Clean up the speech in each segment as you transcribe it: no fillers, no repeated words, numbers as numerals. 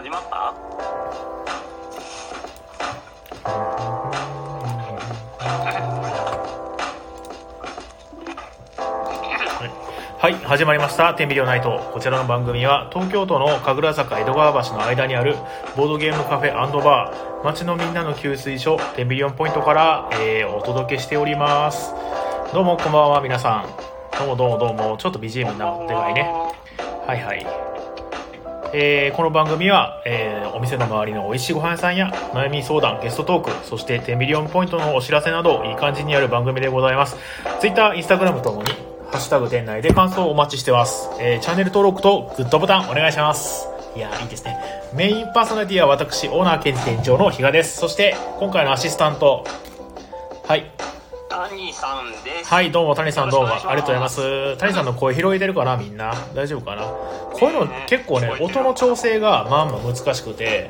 始まった？ はい、始まりましたテンビリオナイト。こちらの番組は東京都の神楽坂江戸川橋の間にあるボードゲームカフェ&バー、街のみんなの給水所テンビリオンポイントから、お届けしております。どうもこんばんは皆さん。どうもちょっと BGM のでかいね。はいはい。この番組は、お店の周りの美味しいご飯屋さんや悩み相談、ゲストトーク、そして10ミリオンポイントのお知らせなどいい感じにやる番組でございます。Twitter、Instagram ともにハッシュタグ店内で感想をお待ちしてます。チャンネル登録とグッドボタンお願いします。いやいいですね。メインパーソナリティは私オーナー兼店長の比嘉です。そして今回のアシスタント、はい谷さんです。 はい、どうも谷さん、どうもありがとうございます。谷さんの声拾えてるかな、みんな大丈夫かな。こういうの結構ね、音の調整がまあまあ難しくて、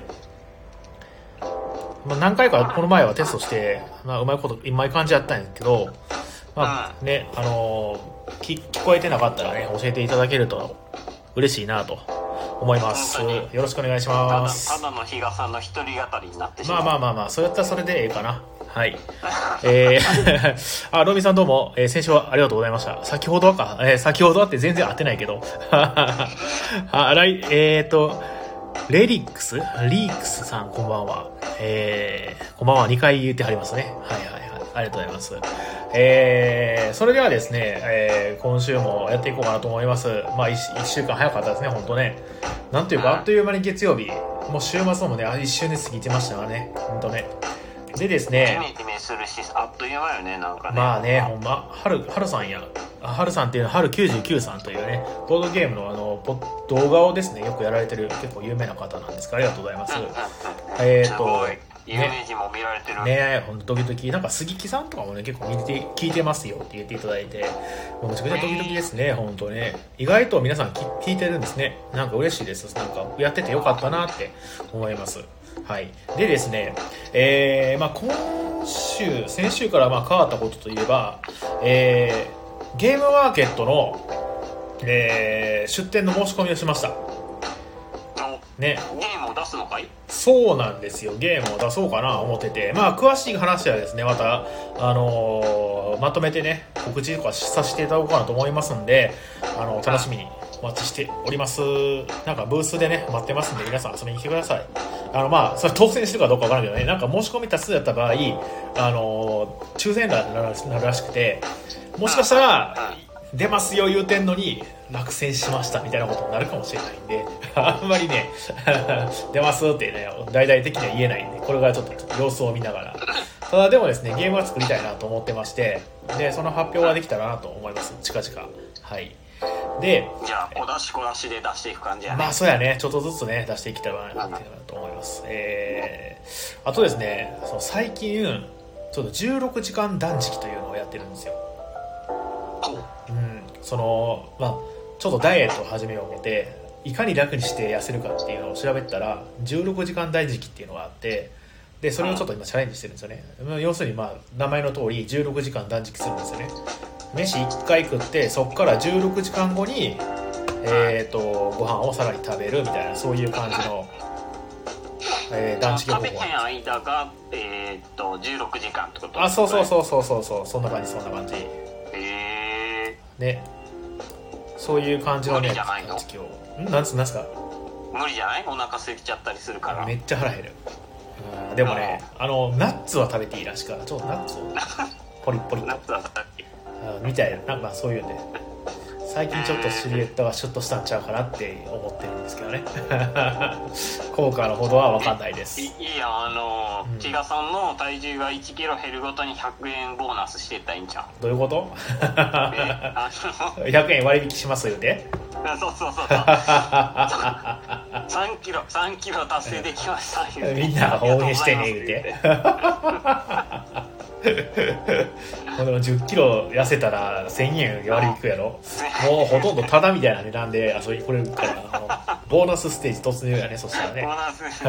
何回かこの前はテストして、うまい感じやったんですけど、ね、聞こえてなかったらね、教えていただけると嬉しいなと思います。よろしくお願いします。 ただの比嘉さんの一人語りになってしまう。 まあそうやったらそれでええかな。はい。ロミさんどうも、先週はありがとうございました。先ほどはって全然合ってないけど。リークスさんこんばんは。こんばんは2回言ってはりますね。はい。ありがとうございます。それではですね、今週もやっていこうかなと思います。1週間早かったですね、本当ね。なんというか、あっという間に月曜日、もう週末もね、一瞬で過ぎてましたからね、本当ね。でですね、 ジメするし、あっという間よね、なんかね。 まあね、ほんま、春さんっていうのは、春99さんというね、ボードゲームの動画をですね、よくやられてる結構有名な方なんですから、ありがとうございます。 すごい。有名人も見られてるね、ほんとドキドキ。なんか杉木さんとかもね結構聞いてますよって言っていただいて、もうめちゃくちゃドキドキですね。ほんとね、意外と皆さん聞いてるんですね。なんか嬉しいです。なんかやっててよかったなって思います。はい。でですね、先週から変わったことといえば、ゲームマーケットの、出店の申し込みをしました。ね、 ゲームを出すのかい？ そうなんですよ。ゲームを出そうかな思ってて、詳しい話はですね、またまとめてね、告知とかさせていただこうかなと思いますんで、楽しみにお待ちしております。なんかブースでね待ってますんで、皆さん遊びに来てください。それ当選してるかどうかわからんけどね、なんか申し込み多数やった場合、抽選になるらしくて、もしかしたら出ますよ言うてんのに落選しましたみたいなことになるかもしれないんで、あんまりね出ますってね大々的には言えないんで、これからちょっと様子を見ながら、ただでもですね、ゲームは作りたいなと思ってまして、でその発表ができたらなと思います、近々。はい。で、じゃあ小出しで出していく感じやね。そうやね、ちょっとずつね出していけたらなと思います。あとですね、最近ちょっと16時間断食というのをやってるんですよ。ちょっとダイエットを始めよう思って、いかに楽にして痩せるかっていうのを調べたら16時間断食っていうのがあって、でそれをちょっと今チャレンジしてるんですよね。要するに名前の通り16時間断食するんですよね。飯1回食って、そこから16時間後にご飯をさらに食べるみたいな、そういう感じの、断食方法。食べへん間が16時間ってこと？そうそんな感じね。そういう感じのね、無理じゃないの？なんすか？ 無理じゃない？お腹空いちゃったりするから。 めっちゃ腹減る。でもね、ナッツは食べていいらしいから、ちょっとナッツをポリポリナッツは食べていいみたいな、そういうんで、最近ちょっとシルエットがシュッとしたんちゃうかなって思ってるんですけどね効果のほどは分かんないです。 いや、比嘉さんの体重が1キロ減るごとに100円ボーナスしていったらいいんちゃう？ どういうこと？100円割引しますよね。 そう3キロ達成できましたみんな応援してね言うてでも10キロ痩せたら1000円割引くやろ。もうほとんどタダみたいな値段で遊びに来れるから、ボーナスステージ突入やね。そしたらね、ボーナス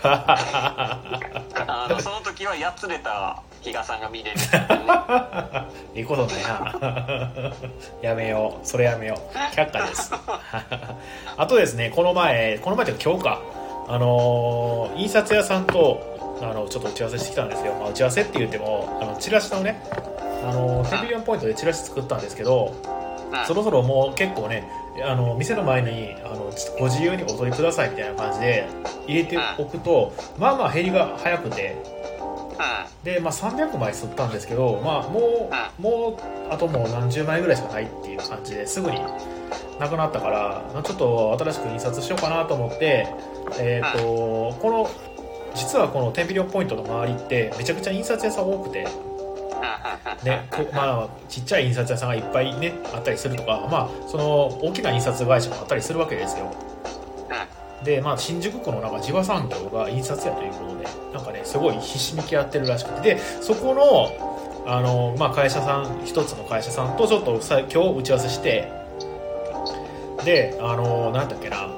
その時はやつれた比嘉さんが見れる、いいことないなやめよう、それやめよう、却下ですあとですね、この前というか今日か、 印刷屋さんとちょっと打ち合わせしてきたんですよ。打ち合わせって言ってもチラシのね10ビリオンポイントでチラシ作ったんですけど、そろそろもう結構ね店の前にちょっとご自由にお取りくださいみたいな感じで入れておくとまあまあ減りが早くて、で、300枚吸ったんですけど、もうあともう何十枚ぐらいしかないっていう感じですぐになくなったから、ちょっと新しく印刷しようかなと思って、実はこの10ビリオンポイントの周りってめちゃくちゃ印刷屋さん多くて、ね、ちっちゃい印刷屋さんがいっぱいねあったりするとか、その大きな印刷会社もあったりするわけですよ。で、新宿区の地場産業が印刷屋ということで、すごいひしめき合ってるらしくて、でそこの会社さん、一つの会社さんとちょっと今日打ち合わせして、でなんだっけな、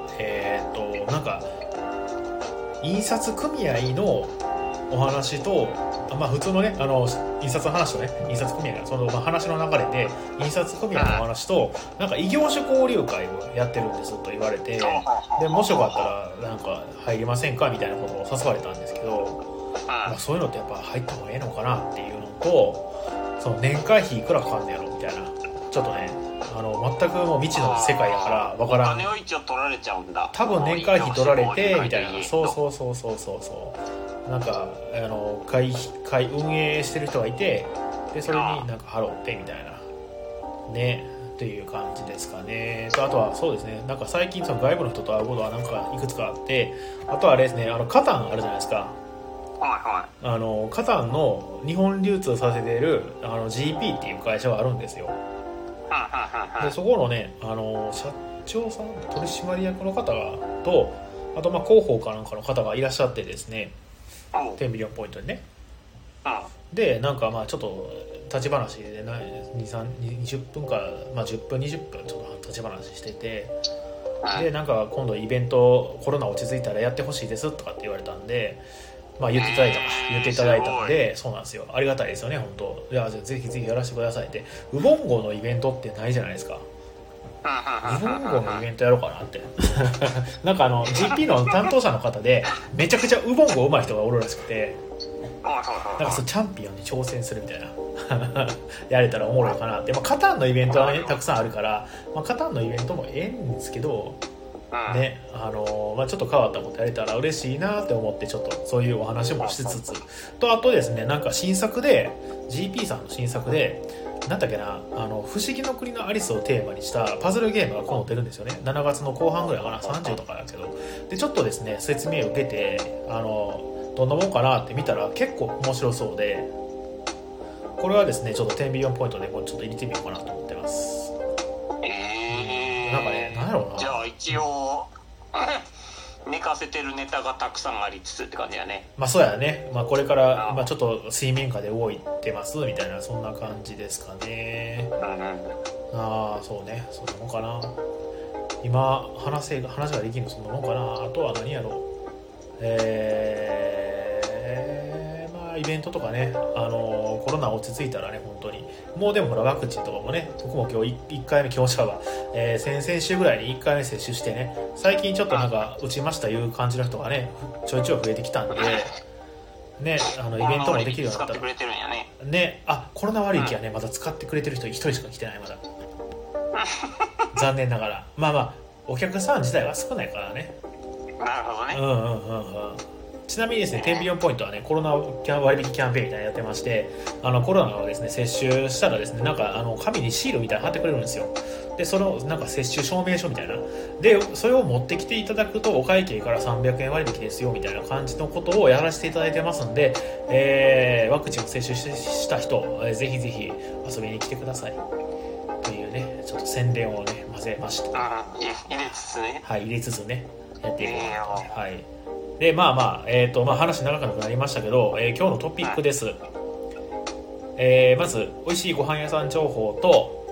印刷組合のお話と、普通のね印刷の話とね、印刷組合のその話の流れで印刷組合のお話と異業種交流会をやってるんですと言われて、でもしよかったら入りませんかみたいなことを誘われたんですけど、そういうのってやっぱ入った方がええのかなっていうのと、その年会費いくらかかんねやろみたいな、ちょっとね全くもう未知の世界やから分からん。 お金を一応取られちゃうんだ。 多分年会費取られてみたいな、そう運営してる人がいて、でそれに払ってみたいなねっていう感じですかね。あとはそうですね、最近その外部の人と会うことはいくつかあって、あとはあれですね、カタンあるじゃないですか。カタンの日本流通させているGP っていう会社があるんですよ。でそこのね社長さん、取締役の方と、あと広報かなんかの方がいらっしゃってですね、10ビリオンポイントにね。でちょっと立ち話で20分か、10分20分ちょっと立ち話してて、で今度イベントコロナ落ち着いたらやってほしいですとかって言われたんで、言っていただいたので、そうなんですよ、ありがたいですよね本当。いや、じゃあぜひぜひやらせてくださいって。ウボンゴのイベントってないじゃないですか。ウボンゴのイベントやろうかなってGP の担当者の方でめちゃくちゃウボンゴ上手い人がおるらしくて、そのチャンピオンに挑戦するみたいなやれたらおもろいかなって。カタンのイベントはねたくさんあるから、カタンのイベントもええんですけどね、ちょっと変わったことやれたら嬉しいなって思って、ちょっとそういうお話もしつつと、あとですね、新作で GP さんの新作で不思議の国のアリスをテーマにしたパズルゲームが今度出るんですよね。7月の後半ぐらいかな、30とかだけど、でちょっとですね説明を受けてどんなもんかなって見たら結構面白そうで、これはですねちょっと10ビリオンポイントでもうちょっと入れてみようかなと思ってます。なんやろうな。 じゃあ一応寝かせてるネタがたくさんありつつって感じやね。 そうやね。これからちょっと水面下で動いてますみたいな、そんな感じですかね。そうね、そんなもんかな。今話ができるのそんなもんかな。あとは何やろう。イベントとかね、コロナ落ち着いたらね、本当にもうでもワクチンとかもね、僕も今日1回目、今日は、先々週ぐらいに1回目接種してね、最近ちょっと打ちましたいう感じの人がねちょいちょい増えてきたんでね、イベントもできるようになったらね、コロナ割引はねまだ使ってくれてる人1人しか来てない、まだ残念ながら。お客さん自体は少ないからね。 なるほどね。 ちなみにですね、10ビリオンポイントはね、コロナ割引キャンペーンみたいなのやってまして、コロナをですね、接種したらですね、紙にシールみたいなの貼ってくれるんですよ。で、その接種証明書みたいな。で、それを持ってきていただくと、お会計から300円割引ですよ、みたいな感じのことをやらせていただいてますんで、ワクチンを接種した人、ぜひぜひ遊びに来てください。というね、ちょっと宣伝をね、混ぜました。 入れつつね。 はい、入れつつね、やっていこうと。はい。で話長くなりましたけど、今日のトピックです。まず美味しいご飯屋さん情報と、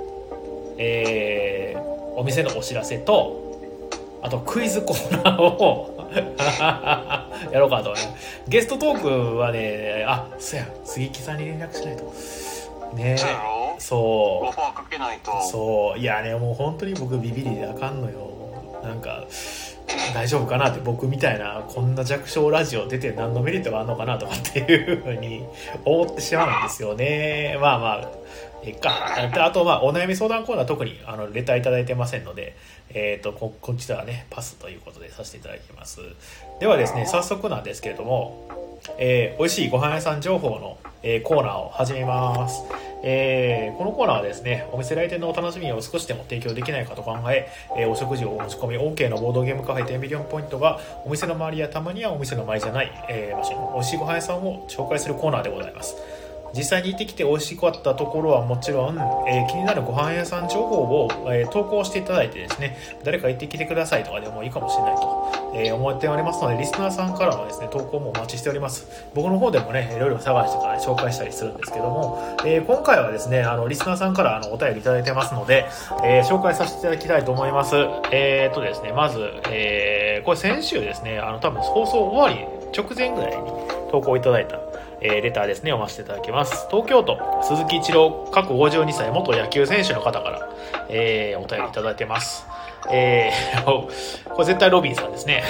お店のお知らせと、あとクイズコーナーをやろうかとね。ゲストトークはね、そうや、杉木さんに連絡しないとね。そうオファーかけないと。 そう、いやね、もう本当に僕ビビりであかんのよ。 大丈夫かなって、僕みたいなこんな弱小ラジオ出て何のメリットがあるのかなとかっていうふうに思ってしまうんですよね。まあまああとお悩み相談コーナー特にレターいただいてませんので、こっちではねパスということでさせていただきます。ではですね、早速なんですけれども、美味しいご飯屋さん情報の、コーナーを始めます。このコーナーはですね、お店来店のお楽しみを少しでも提供できないかと考え、お食事をお持ち込み OK のボードゲームカフェ10ビリオンポイントがお店の周りやたまにはお店の前じゃない、場所に美味しいご飯屋さんを紹介するコーナーでございます。実際に行ってきて美味しかったところはもちろん、気になるご飯屋さん情報を、投稿していただいてですね、誰か行ってきてくださいとかでもいいかもしれないと、思っておりますので、リスナーさんからのですね投稿もお待ちしております。僕の方でもねいろいろ探してから紹介したりするんですけども、今回はですねリスナーさんからお便りいただいてますので、紹介させていただきたいと思います。ですね、まず、これ先週ですね多分放送終わり直前ぐらいに投稿いただいたレターですね、読ませていただきます。東京都鈴木一郎過去52歳元野球選手の方から、お便りいただいてます。これ絶対ロビンさんですね。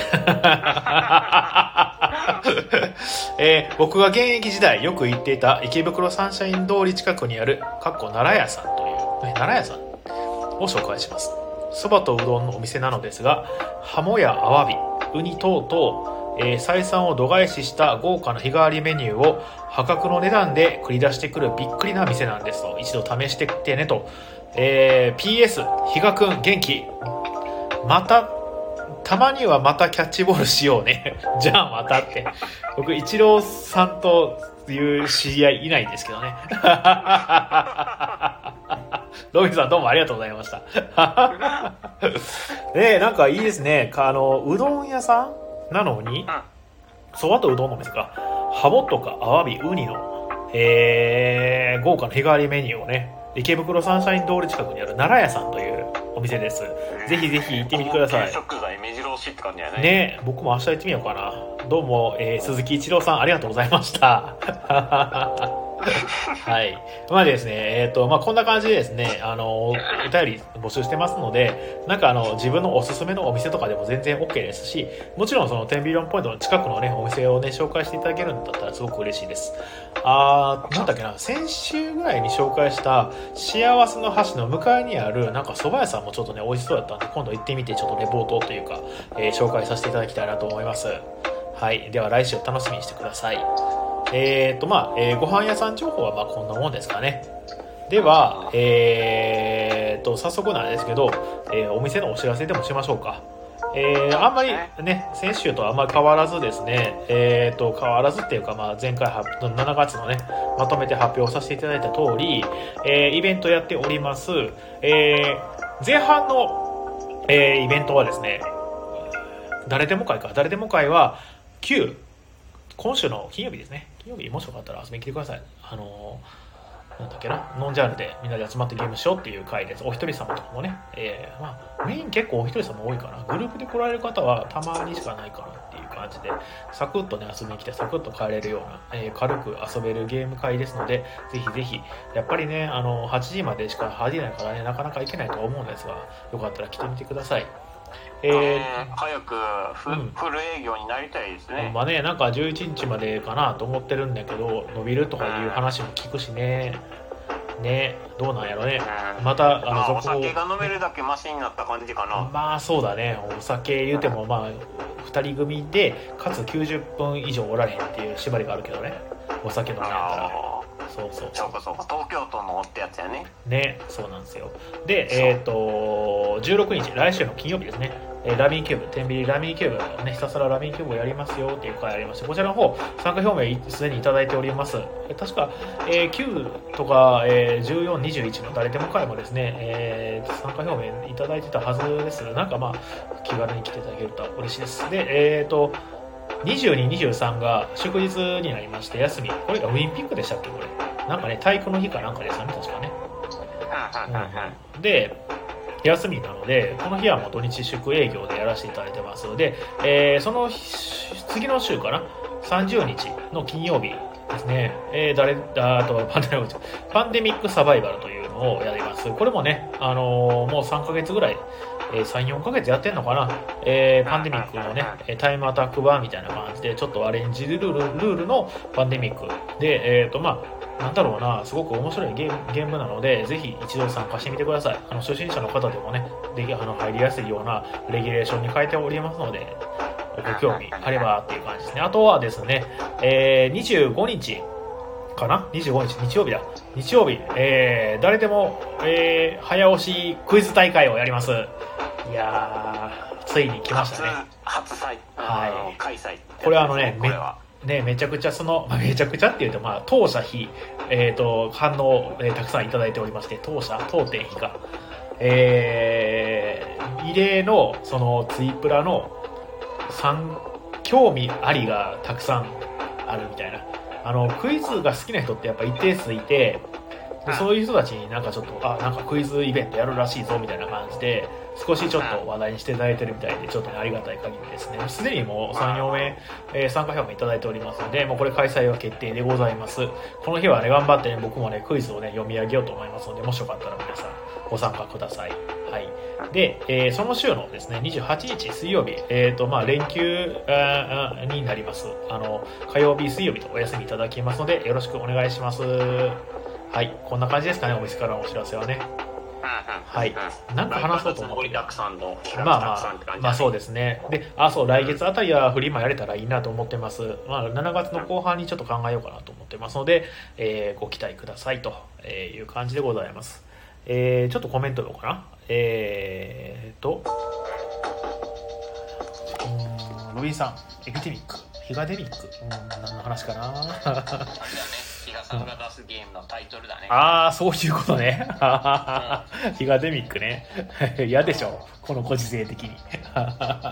僕が現役時代よく行っていた池袋サンシャイン通り近くにある奈良屋さんという、奈良屋さんを紹介します。そばとうどんのお店なのですが、ハモやアワビ、ウニ等々採算を度外視した豪華な日替わりメニューを破格の値段で繰り出してくるびっくりな店なんですと、一度試してきてねと。PS 比嘉くん元気たまにはまたキャッチボールしようね。じゃあまたって。僕イチローさんという知り合いいないんですけどね。ロビンさんどうもありがとうございました。なんかいいですね。うどん屋さんなのに、そばとうどんのお店か、ハモとかアワビ、ウニの、豪華な日替わりメニューをね、池袋サンシャイン通り近くにある奈良屋さんというお店です。ぜひぜひ行ってみてください。 食材目白押しって感じやね。 ね、僕も明日行ってみようかな。どうも、鈴木一郎さんありがとうございました。はい。まあですね、こんな感じでですね、お便り募集してますので、なんか自分のおすすめのお店とかでも全然 OK ですし、もちろんその10ビリオンポイントの近くのね、お店をね、紹介していただけるんだったらすごく嬉しいです。なんだっけな、先週ぐらいに紹介した幸せの橋の向かいにあるなんか蕎麦屋さんもちょっとね、美味しそうだったんで、今度行ってみてちょっとレポートというか、紹介させていただきたいなと思います。はい。では来週を楽しみにしてください。ご飯屋さん情報はこんなもんですかね。では、早速なんですけど、お店のお知らせでもしましょうか。あんまりね、先週とあんまり変わらずですね、変わらずっていうか、前回7月のね、まとめて発表させていただいた通り、イベントやっております。前半の、イベントはですね、誰でも会は今週の金曜日ですね。金曜日もしよかったら遊びに来てください。なんだっけな、ノンジャンルでみんなで集まってゲームしようっていう回です。お一人様とかもね、メイン結構お一人様多いかな。グループで来られる方はたまにしかないかなっていう感じで、サクッとね遊びに来てサクッと帰れるような、軽く遊べるゲーム会ですので、ぜひぜひ、やっぱりね8時までしか入れないからね、なかなか行けないとは思うんですが、よかったら来てみてください。 早くフル営業になりたいですね。 なんか11日までかなと思ってるんだけど、伸びるとかいう話も聞くしね。どうなんやろね。またお酒が飲めるだけマシになった感じかな。 そうだね。お酒言うても2人組でかつ90分以上おられへんっていう縛りがあるけどね。お酒飲みながら。そう東京都のってやつやね。 そうなんですよ。で、16日、来週の金曜日ですね、ラミーキューブ、天秤ラミーキューブね、ひたすらラミーキューブをやりますよっていう回ありまして、こちらの方、参加表明すでにいただいております。確か、9とか、14、21の誰でも会もですね、参加表明いただいてたはずです。なんか気軽に来ていただけると嬉しいです。で、22、23が祝日になりまして休み。これがオリンピックでしたっけこれ。なんかね、体育の日かなんかですよね、確かね。で、休みなので、この日はもう土日祝営業でやらせていただいてますので、その次の週かな、30日の金曜日ですね、パンデミックサバイバルというムをやります。これもね、もう3ヶ月ぐらい、3、4ヶ月やってんのかな、パンデミックのね、タイムアタック版みたいな感じで、ちょっとアレンジルールのパンデミックで、なんだろうな、すごく面白いゲームなので、ぜひ一度参加してみてください。初心者の方でもね、入りやすいようなレギュレーションに変えておりますので、ご興味あればっていう感じですね。あとはですね、25日かな ?25 日、日曜日だ。日曜日、誰でも、早押しクイズ大会をやります。いやー、ついに来ましたね。 初開催。 これはめちゃくちゃめちゃくちゃっていうと、当社非、反応、たくさんいただいておりまして、当店非が、異例の、ツイプラの興味ありがたくさんあるみたいな。クイズが好きな人ってやっぱ一定数いて、でそういう人たちになんかちょっと、なんかクイズイベントやるらしいぞみたいな感じで、少しちょっと話題にしていただいてるみたいで、ちょっとね、ありがたい限りですね。すでにもう3、4名、参加表明いただいておりますので、もうこれ開催は決定でございます。この日はね、頑張ってね、僕もね、クイズをね、読み上げようと思いますので、もしよかったら皆さんご参加ください。はい。で、その週のですね、28日水曜日、連休になります。火曜日、水曜日とお休みいただきますので、よろしくお願いします。はい、こんな感じですかね、お店からのお知らせはね。はい、なんか話そうと思って。 盛りだくさんのそうですね。で、来月あたりはフリマやれたらいいなと思ってます。7月の後半にちょっと考えようかなと思ってますので、ご期待くださいという感じでございます。ちょっとコメントどうかな。ロビンさん、エピデミック、ヒガデミック、何の話かな。 ヒガさんが出すゲームのタイトルだね。 そういうことね。ヒガデミックね。嫌でしょ、このご時世的に。 感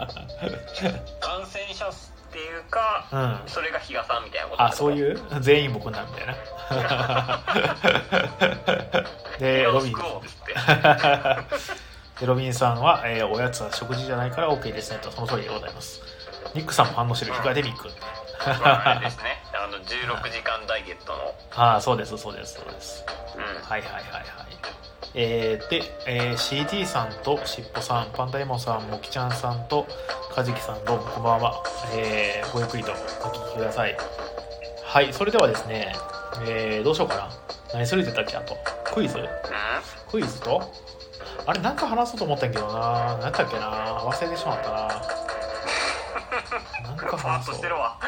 染者っていうか、それがヒガさんみたいなこと。 そういう全員僕なんだよな。で、ロビンさんは、おやつは食事じゃないから OK ですねと、その通りでございます。ニックさんも反応してる、ヒガデミック。 あれですね、16時間ダイエットの。 そうです。はい。で、CD さんとしっぽさん、パンダエモンさん、もきちゃんさんとかじきさん、どうもこんばんは。ごゆっくりとお聞きください。はい、それではですね、どうしようかな。何するって言ったっけ、あと。クイズとあれ、なんか話そうと思ったんやけどな。何やったっけな。忘れてしまったな。なんか話そう。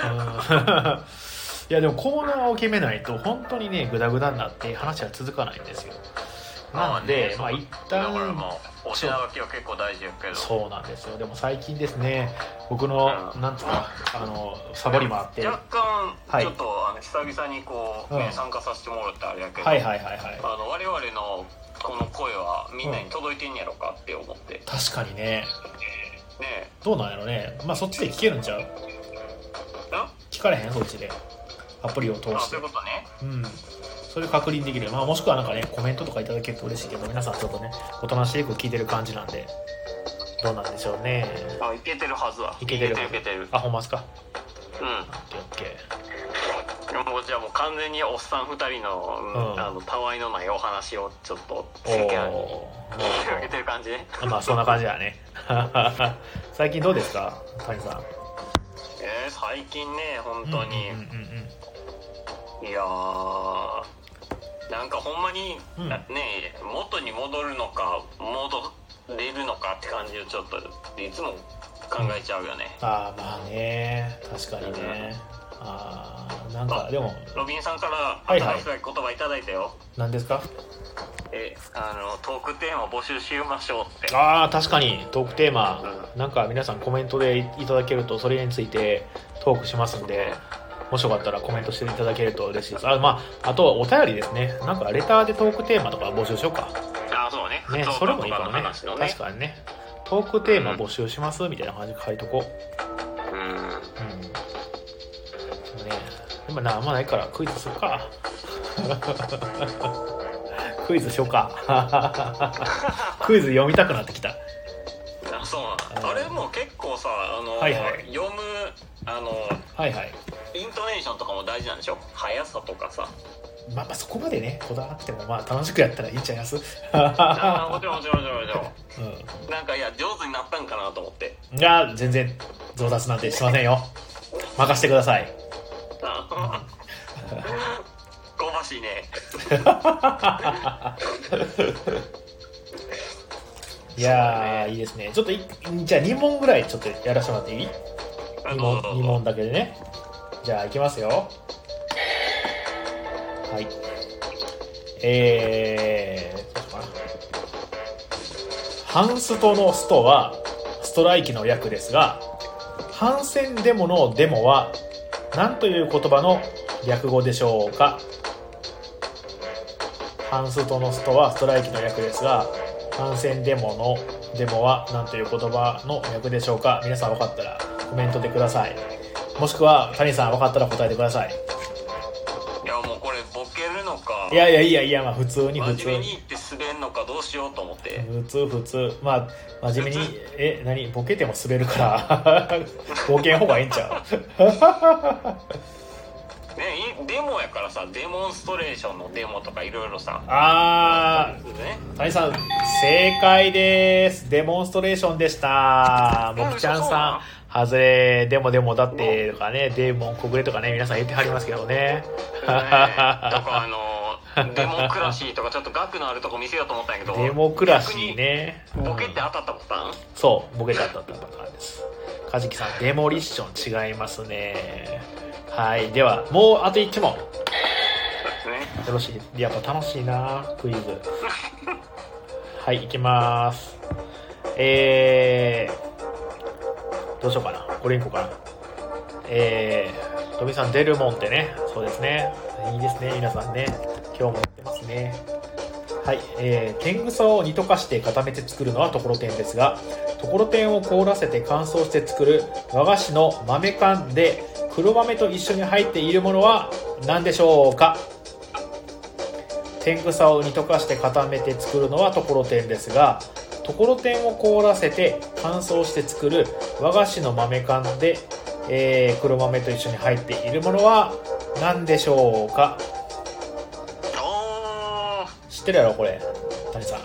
いや、でもコーナーを決めないと本当にね、グダグダになって話は続かないんですよ。なので、一旦お品書きは結構大事やけど。 そうなんですよ。でも最近ですね、僕のなんつうかサボりもあって、 若干ちょっと久々に参加させてもらってあれやけど、我々のこの声はみんなに届いてんやろかって思って。 確かにね。どうなんやろね。そっちで聞けるんちゃう？聞かれへん、そっちでアプリを通して。 そういうことね。 それ確認できる。もしくはなんかね、コメントとかいただけると嬉しいけど、皆さんちょっとね、おとなしく聞いてる感じなんで、どうなんでしょうね。 いけてるはずは。 いけてる。ほんまっすか。 オッケー。もうじゃあもう完全におっさん2人の、たわいのないお話をちょっと世間に広げてる感じね。 そんな感じだね。最近どうですか、谷さん。 最近ね、本当に、いやー、なんかほんまに、元に戻るのか戻れるのかって感じをちょっといつも考えちゃうよね。 確かにね。なんかでもロビンさんから新しい言葉いただいたよ。 何ですか？ トークテーマ募集しましょうって。 確かにトークテーマ、なんか皆さんコメントでいただけるとそれについてトークしますんで、もしよかったらコメントしていただけると嬉しいです。あとはお便りですね。なんかレターでトークテーマとか募集しようか。 そうね。 それもいいかもね。確かにね。トークテーマ募集しますみたいな感じで書いとこう。でもあんまないからクイズするか。クイズしようか。クイズ読みたくなってきた。 そうなんだ。あれも結構さ、読むイントネーションとかも大事なんでしょ。速さとかさ。 まあそこまでねこだわなくてもまあ楽しくやったらいいんちゃいます？ もちろん、うん、なんかいや上手になったんかなと思って。 いや全然上達なんてしませんよ。任せてください。 香ばしいね。 いやー、いいですね。ちょっとじゃあ2問ぐらいちょっとやらせてもらっていい？2問だけでね。じゃあいきますよ。はい。どうかな。ハンストのストはストライキの略ですが、反戦デモのデモは何という言葉の略語でしょうか？ハンストのストはストライキの略ですが、反戦デモのデモは何という言葉の略でしょうか？皆さん分かったらコメントでください。もしくは谷さん分かったら答えてください。 いやもうこれボケるのか、 いやまあ普通に真面目に言って滑るのかどうしようと思って。 普通まあ真面目に何ボケても滑るからボケん方がいいんちゃう？ ね、デモやからさ、デモンストレーションのデモとかいろいろさ。 谷さん正解です。デモンストレーションでした。もくちゃんさん外れ。デモだってとかね、デーモン小暮とかね皆さん言ってはりますけどね。 とかデモクラシーとかちょっと額のあるとこ見せようと思ったんやけど、 デモクラシーね。 ボケって当たったパターン？ そうボケって当たったパターンです。カジキさんデモリッション違いますね。はい、ではもうあと1問。そうですね。よろしい。やっぱ楽しいなクイズ。はい、いきます。どうしようかな。これいこうかな。富さんデルモンテね。そうですね。いいですね皆さんね。今日もやってますね。はい、天草を煮溶かして固めて作るのはところてんですが、ところてんを凍らせて乾燥して作る和菓子の豆缶で黒豆と一緒に入っているものは何でしょうか？天草を煮溶かして固めて作るのはところてんですが、ところてんを凍らせて乾燥して作る和菓子の豆缶で、黒豆と一緒に入っているものは何でしょうか？知ってるやろこれ谷さん。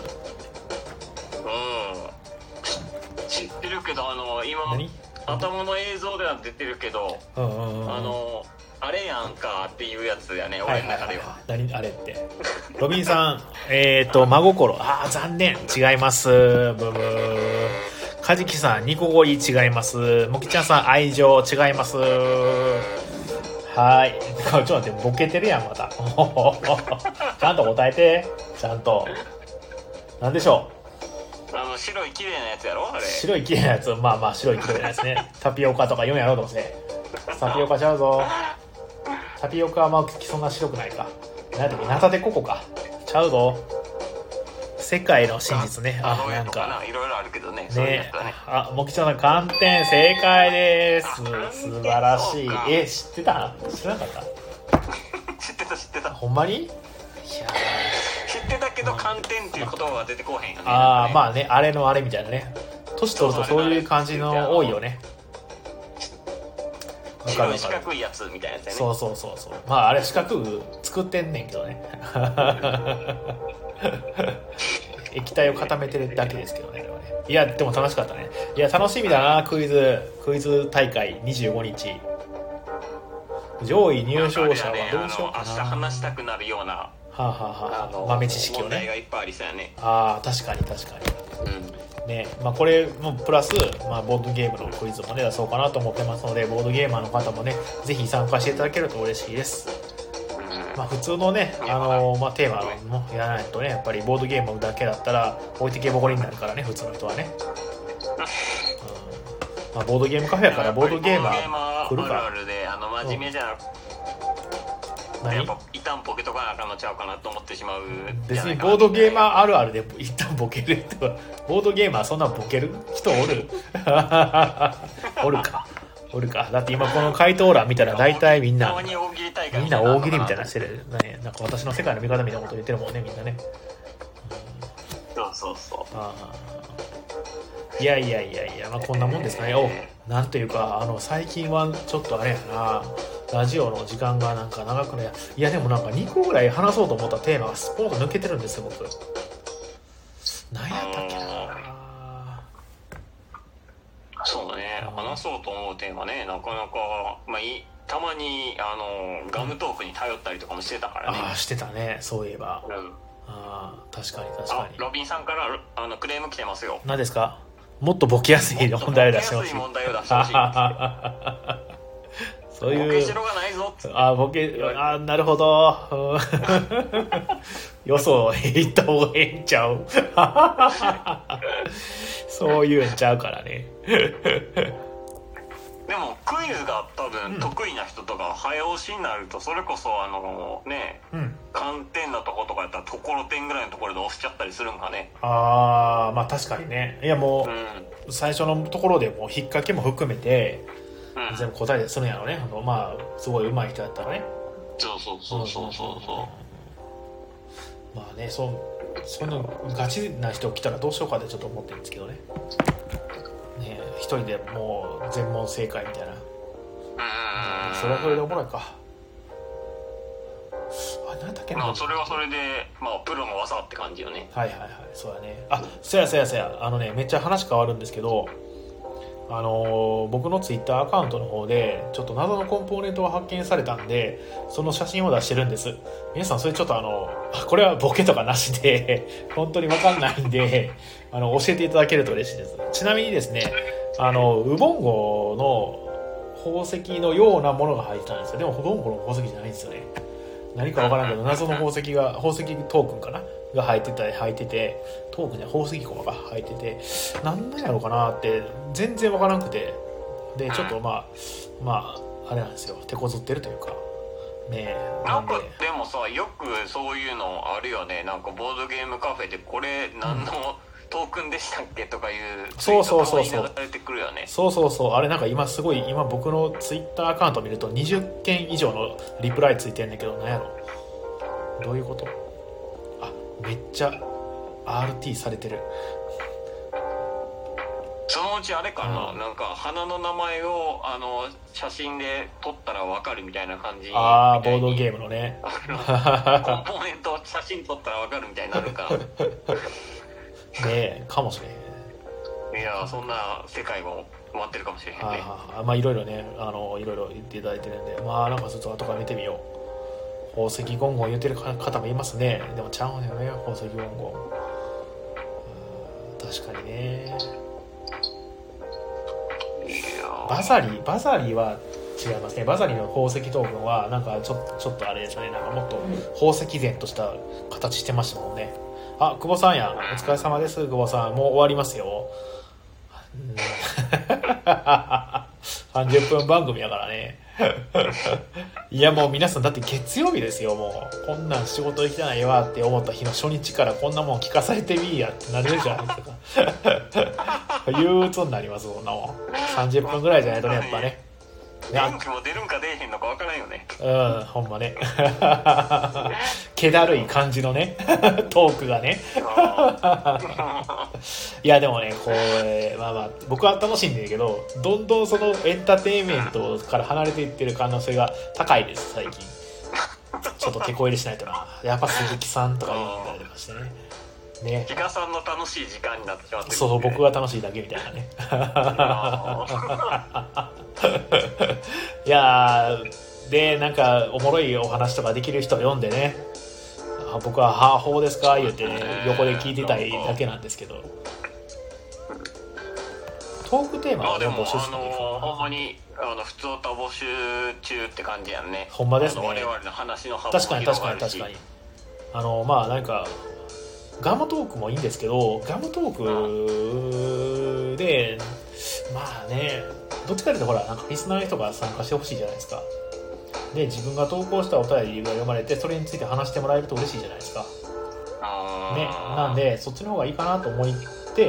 知ってるけど今頭の映像では出てるけど、あれやんかっていうやつやね、俺の中では。 何あれってロビンさん真心。残念違います。ブブー。カジキさんニコゴリ違います。モキちゃんさん愛情違います。はいちょっと待ってボケてるやんまたちゃんと答えて。ちゃんとなんでしょう。白い綺麗なやつやろあれ。 白い綺麗なやつ。まあ白い綺麗なやつね。タピオカとか言うんやろどうせ。タピオカちゃうぞ。タピオカはまあそんな白くないか。なんだっけナタデココかちゃうぞ。世界の真実ね。 なんかいろいろあるけどね。ね。 もきちゃんの寒天正解です。素晴らしい。知ってた？知らなかった？ 知ってた。 ほんまに？いや知ってたけど寒天っていう言葉は出てこへんよね。 まあね、あれのあれみたいなね。年取るとそういう感じの多いよね。 白い四角いやつみたいなやつやね。 そうまああれ四角作ってんねんけどね液体を固めてるだけですけどね。いやでも楽しかったね。いや楽しみだな。クイズ大会25日上位入賞者はどうしようかな。 明日話したくなるような豆知識をね。 問題がいっぱいありそうやね。 確かにね。これもプラス、ボードゲームのクイズもね出そうかなと思ってますので、ボードゲーマーの方もねぜひ参加していただけると嬉しいです。普通のねテーマもやらないとね、やっぱりボードゲームだけだったら置いてけぼこりになるからね、普通の人はね。ボードゲームカフェやからボードゲーマー来るか。 あるあるで真面目じゃなくやっぱ一旦ボケとかなあかんのちゃうかなと思ってしまう。 別にボードゲーマーあるあるで一旦ボケるってボードゲーマーそんなボケる人おるおるか。だって今この回答欄見たら大体みんな大喜利みたいなしてる、ね、なんか私の世界の味方みたいなこと言ってるもんねみんなね。 そういやこんなもんですかね。なんというか最近はちょっとあれやな、 ラジオの時間がなんか長くね、いやでもなんか2個ぐらい話そうと思ったテーマがスポーンと抜けてるんですよ僕。何やったっけな。 そうだね、話そうと思うテーマね、なかなか、まあ、たまにガムトークに頼ったりとかもしてたからね。 ああしてたね、そういえば、 うん、 ああ確かに確かに。 ロビンさんからクレーム来てますよ。 何ですか。もっとボケやすい問題を出してほしい。 ボケやすい問題を出してほしいそういうボケしろがないぞっつって。 ボケ、なるほど。よそ行った方がええんちゃう。そういうんちゃうからね。 でもクイズが多分得意な人とか早押しになると、それこそね、寒点のとことかやったらところてんぐらいのところで押しちゃったりするんかね。 まあ確かにね。いやもう、最初のところでもう引っ掛けも含めて、全部答えでするんやろね。まあすごい上手い人やったらね。 そうまあね、そのガチな人来たらどうしようかってちょっと思ってるんですけどね。ね、一人でもう全問正解みたいな。それはそれでおもろいか。何だっけな。 それはそれで、まあプロの技って感じよね。 はいはいはい、そうだね。そやめっちゃ話変わるんですけど、僕のツイッターアカウントの方でちょっと謎のコンポーネントが発見されたんで、その写真を出してるんです。皆さんそれちょっとこれはボケとかなしで本当に分かんないんで教えていただけると嬉しいです。ちなみにですね、ウボンゴの宝石のようなものが入ってたんですよ。でもウボンゴの宝石じゃないんですよね。何か分からんけど謎の宝石トークンかなが入ってて、トークンじゃ宝石コマが入ってて、なんなんやろうかなって全然分からなくて、でちょっとまああれなんですよ、手こずってるというかね。 なんかでもさ、よくそういうのあるよね。なんかボードゲームカフェでこれ何のトークンでしたっけとかいうそう流れてくるよね。 そうあれなんか今僕のツイッターアカウント見ると20件以上のリプライついてんねんけど、何やろ、どういうこと。めっちゃ RT されてる。 そのうちあれかな、なんか花の名前を写真で撮ったら分かるみたいな感じ。 ボードゲームのねコンポーネント写真撮ったら分かるみたいになるかねかもしれへん。 いや、そんな世界も待ってるかもしれへんね。 まあいろいろねいろいろ言っていただいてるんで、まあなんかちょっと後から見てみよう。宝石ゴンゴン言ってる方もいますね。でもちゃうんだよね、宝石ゴンゴン。確かにね。バザリーは違いますね。バザリーの宝石トークンはなんかちょっとあれですね、なんかもっと宝石然とした形してましたもんね。久保さんや、お疲れ様です。久保さんもう終わりますよ。30分番組やからね。いやもう皆さんだって月曜日ですよ。もうこんなん仕事行きたないわって思った日の初日からこんなもん聞かされてみいやってなれるじゃないですか。憂鬱になります。こんなもん30分ぐらいじゃないとね、やっぱね。 電気も出るんか出えへんのか分からんよね。 ほんまね。気だるい感じのねトークがね。いやでもね、これまあ僕は楽しんでるけど、どんどんそのエンターテインメントから離れていってる可能性が高いです。最近ちょっと手こ入れしないとな。やっぱ鈴木さんとか言われてましてね。 比嘉さんの楽しい時間になってしまってる、ね、 そう僕が楽しいだけみたいなね。いやでなんかおもろいお話とかできる人を読んでね、僕は「ほうですか?」言ってね、横で聞いてたいだけなんですけど、トークテーマをね募集してもいいかな。 ほんまに普通歌募集中って感じやんね。 ほんまですね。 我々の話の幅も広がるし、 確かにまあなんかガムトークもいいんですけど、ガムトークでまあね、どっちかというとほらなんかリスナーの人が参加してほしいじゃないですか。で自分が投稿したお便りが読まれて、それについて話してもらえると嬉しいじゃないですかね。なんでそっちの方がいいかなと思って、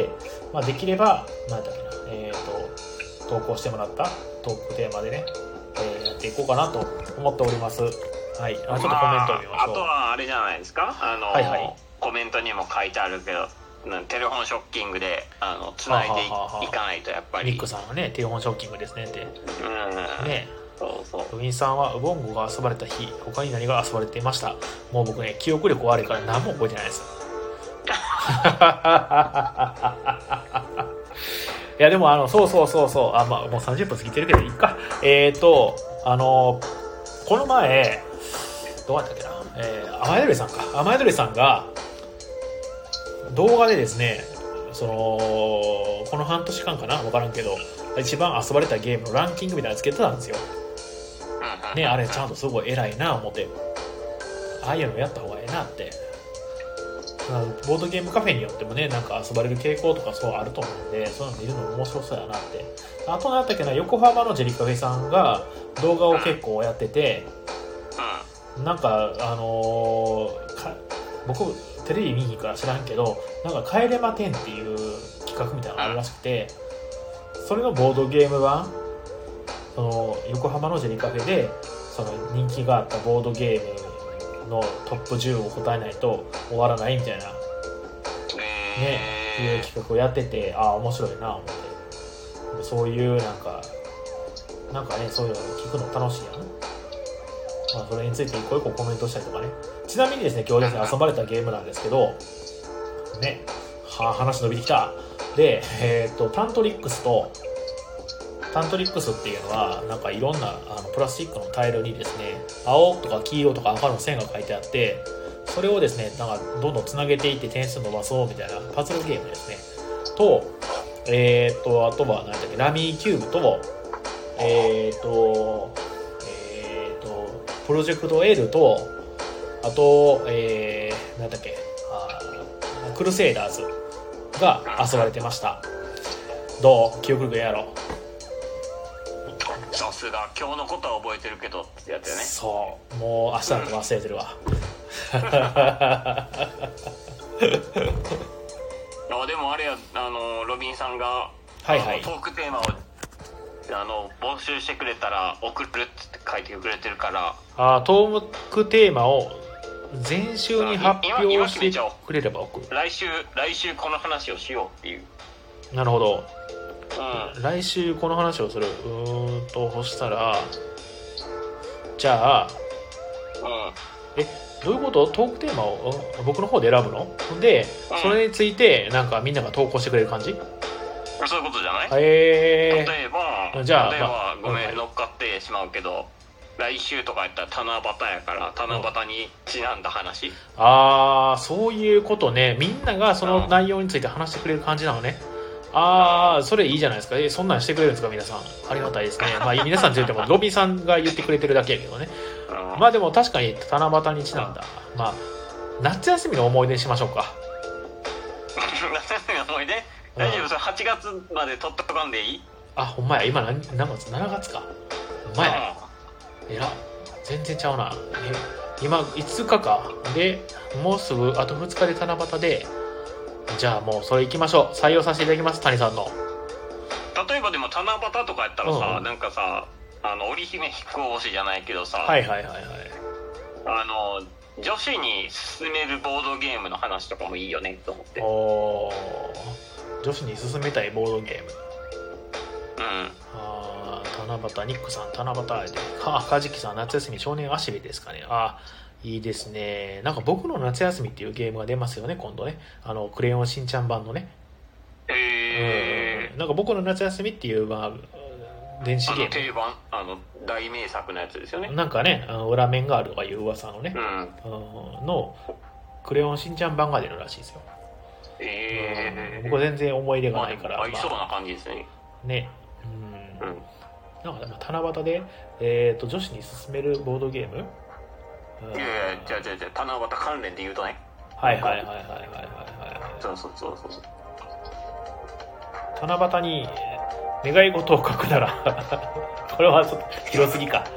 まあ、できればなんだっけな、投稿してもらったトークテーマでね、やっていこうかなと思っております。はい、ちょっとコメントを見ましょう。 あとはあれじゃないですか、 はいはい、 コメントにも書いてあるけど、テレフォンショッキングでつないでいかないとやっぱり。 ニックさんはね、テレフォンショッキングですねって、ね、 そうそう。 ロビンさんはウボンゴが遊ばれた日、他に何が遊ばれていました？もう僕ね、記憶力悪いから何も覚えてないです。いやでもそうまあもう30分過ぎてるけどいいか。この前どうやったっけな、雨宿りさんか、雨宿りさんが動画でですね、この半年間かな、分からんけど一番遊ばれたゲームのランキングみたいなのつけてたんですよね。あれちゃんとすごい偉いな思って、ああいうのやった方がええなって。ボードゲームカフェによってもね、なんか遊ばれる傾向とかそうあると思うんで、そういうの見るのも面白そうやなって。あとなんだっけな、横浜のジェリカフェさんが動画を結構やってて、なんか僕テレビ見に行くから知らんけど、なんか帰れま10っていう企画みたいなのがあるらしくて、それのボードゲーム版、横浜のジェリカフェで人気があったボードゲームのトップ10を答えないと終わらないみたいな、ね、いう企画をやってて、面白いな思って。そういうなんかね、そういうの聞くの楽しいやん。それについて一個一個コメントしたりとかね。ちなみにですね、今日ですね遊ばれたゲームなんですけどね、話伸びてきた。で、タントリックスっていうのはなんかいろんなプラスチックのタイルにですね、青とか黄色とか赤の線が書いてあって、それをですねなんかどんどんつなげていって点数伸ばそうみたいなパズルゲームですね。とあとは何だっけ、ラミーキューブとプロジェクト L と、あと何だっけ、クルセイダーズが遊ばれてました。どう？記憶力やろ？ さすが、今日のことは覚えてるけどってやつよね。 そう、もう明日なんて忘れてるわ。 でもあれや、ロビンさんが、 はいはい、 トークテーマを募集してくれたら送るって書いてくれてるから、 トークテーマを前週に発表してくれれば送る。 来週この話をしようっていう。 なるほど、来週この話をする。そしたらじゃあ、どういうこと？トークテーマを僕の方で選ぶの？で、それについてなんかみんなが投稿してくれる感じ？ そういうことじゃない？ 例えばじゃあ、ごめん、乗っかってしまうけど、来週とかやったら七夕やから七夕にちなんだ話。 そういうことね。みんながその内容について話してくれる感じなのね。それいいじゃないですか。そんなんしてくれるんですか皆さん。ありがたいですね。まあ皆さんについてもロビンさんが言ってくれてるだけやけどね。まあでも確かに七夕にちなんだ。まあ夏休みの思い出にしましょうか。 夏休みの思い出？大丈夫？それ8月まで取っとかんでいい？ ほんまや。今何月？7月か。ほんまや。全然ちゃうな。今5日かで、もうすぐあと2日で七夕で、じゃあもうそれ行きましょう。採用させていただきます。谷さんの。 例えばでも七夕とかやったらさ、なんかさ、織姫飛行星じゃないけどさ、女子に勧めるボードゲームの話とかもいいよねと思って。 女子に勧めたいボードゲーム。七夕、ニックさん、七夕で、カジキさん、夏休み少年足部ですかね。いいですね。なんか僕の夏休みっていうゲームが出ますよね、今度ね。クレヨンしんちゃん版のね。なんか僕の夏休みっていう、電子ゲーム。 定番、大名作のやつですよね。 なんかね、裏面があるとかいう噂のね、の、クレヨンしんちゃん版が出るらしいですよ。僕は全然思い出がないから。 合いそうな感じですね。 ね。なんか七夕で、女子に勧めるボードゲーム？ いやじゃあ七夕関連で言うとね。そう。 七夕に願い事を書くならこれはちょっと広すぎか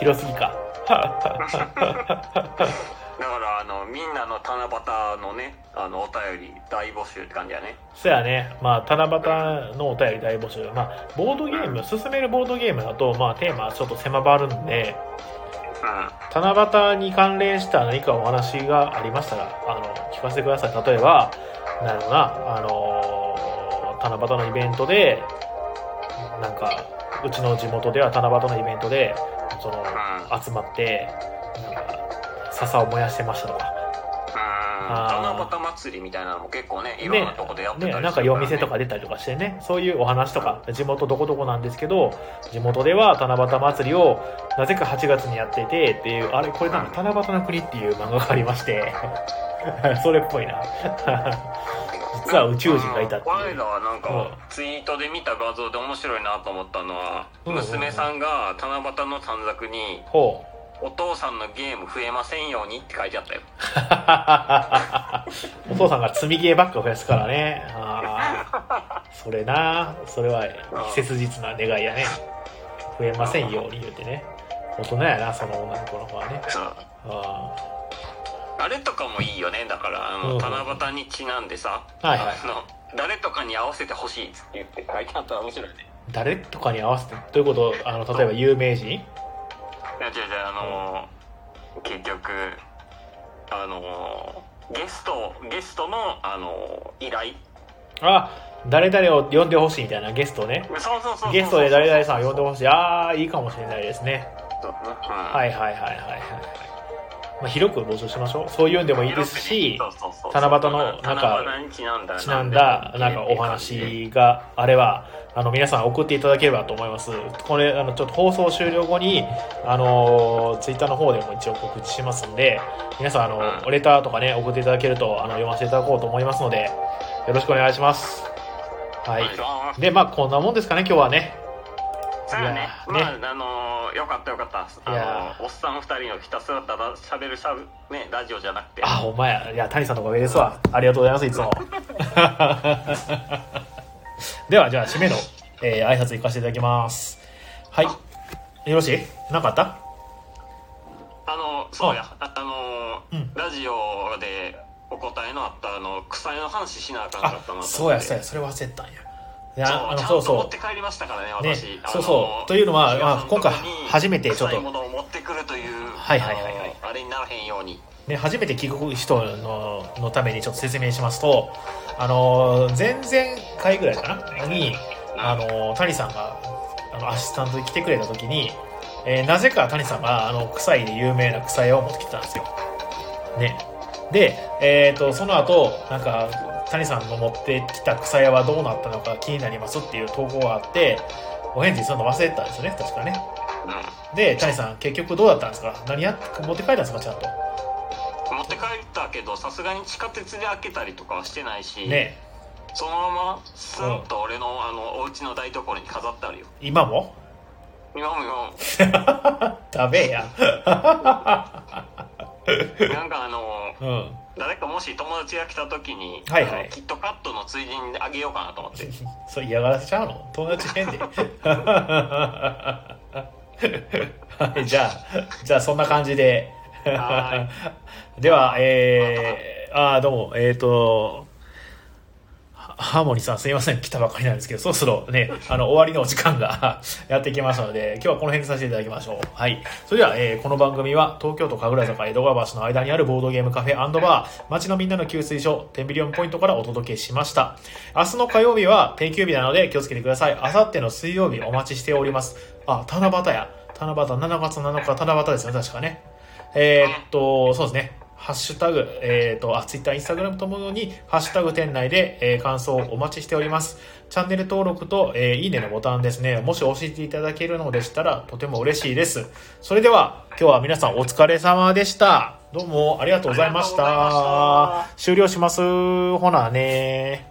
だからみんなの七夕のねお便り大募集って感じやね。 そうやね。七夕のお便り大募集。ボードゲーム、進めるボードゲームだとテーマちょっと狭まるんで、七夕に関連した何かお話がありましたら聞かせてください。例えばなんだろうな、七夕のイベントでなんかうちの地元では七夕のイベントで集まってなんか笹を燃やしてましたとか、 七夕祭りみたいなのも結構ねいろんなとこでやってたりするからね。 なんか夜店とか出たりとかしてね、そういうお話とか、地元どこどこなんですけど、地元では七夕祭りをなぜか8月にやっててっていう、あれこれなんか七夕の国っていう漫画がありましてそれっぽいな実は宇宙人がいたっていう。 この間はなんかツイートで見た画像で面白いなと思ったのは、娘さんが七夕の短冊にお父さんのゲーム増えませんようにって書いてあったよお父さんが積みゲーばっか増やすからね。それな、それは切実な願いやね。増えませんように言うてね。大人やな、その女の子の方はね。 あれとかもいいよね。だから七夕にちなんでさ、誰とかに合わせてほしいって言って書いてあったら面白いね。 誰とかに合わせてどういうこと？例えば有名人？ いや違う結局ゲストの依頼、 誰々を呼んでほしいみたいなゲストね。 そうゲストで誰々さんを呼んでほしい。いいかもしれないですね。はいはいはいはいはい。広く募集しましょう。そういうんでもいいですし、七夕のなんかちなんだなんかお話があれば皆さん送っていただければと思います。これちょっと放送終了後にツイッターの方でも一応告知しますんで、皆さんレターとかね送っていただけると読ませていただこうと思いますのでよろしくお願いします。はい。でこんなもんですかね今日はね。 そうやね。よかったよかった。おっさん2人のひたすらただ喋るねラジオじゃなくて。 お前や谷さんのおかげですわ。ありがとうございますいつも。ではじゃあ締めの、挨拶行かせていただきます。はい。よろしい？なかった？ そうやラジオでお答えのあった草の話しなあかんかったな。 そうやそれ忘れたんや。 ちゃんと持って帰りましたからね私。 ね、というのは今回初めてちょっと臭いものを持ってくるというあれにならへんように。 ね、初めて聞く人のためにちょっと説明しますと、前々回ぐらいかなに谷さんがアシスタントで来てくれた時に、なぜか谷さんが草井で有名な草屋を持ってきてたんですよ。ね。で、その後なんか谷さんの持ってきた草屋はどうなったのか気になりますっていう投稿があってお返事するの忘れてたんですよね確かね。で谷さん結局どうだったんですか？持って帰ったんですか？ちゃんと持って帰ったけどさすがに地下鉄で開けたりとかはしてないし、 ね、 そのままスンと俺のお家の台所に飾ってあるよ。 今も食べやなんか誰かもし友達が来た時に、キットカットのついでにあげようかなと思って。 それ嫌がらせちゃうの？友達変でじゃあそんな感じでではどうもハーモニーさんすいません来たばかりなんですけどそろそろね終わりのお時間がやってきましたので今日はこの辺にさせていただきましょう。はい。それでは、この番組は東京都神楽坂江戸川橋の間にあるボードゲームカフェ&バー街のみんなの給水所テンビリオンポイントからお届けしました。明日の火曜日は定休日なので気をつけてください。明後日の水曜日お待ちしております。七夕7月7日七夕ですね確かね。そうですね。ハッシュタグ、ツイッター、インスタグラムともに、ハッシュタグ店内で、感想をお待ちしております。チャンネル登録と、いいねのボタンですね。もし教えていただけるのでしたら、とても嬉しいです。それでは、今日は皆さんお疲れ様でした。どうもありがとうございました。終了します。ほなね。